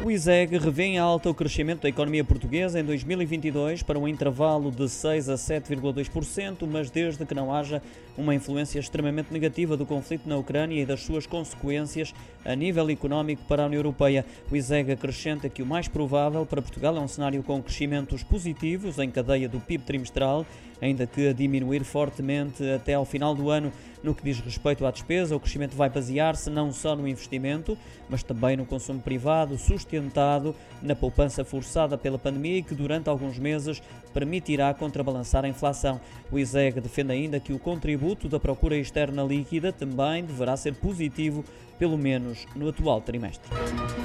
O ISEG revê em alta o crescimento da economia portuguesa em 2022 para um intervalo de 6 a 7,2%, mas desde que não haja uma influência extremamente negativa do conflito na Ucrânia e das suas consequências a nível económico para a União Europeia. O ISEG acrescenta que o mais provável para Portugal é um cenário com crescimentos positivos em cadeia do PIB trimestral, ainda que a diminuir fortemente até ao final do ano. No que diz respeito à despesa, o crescimento vai basear-se não só no investimento, mas também no consumo privado, sustentado na poupança forçada pela pandemia e que durante alguns meses permitirá contrabalançar a inflação. O ISEG defende ainda que o contributo da procura externa líquida também deverá ser positivo, pelo menos no atual trimestre.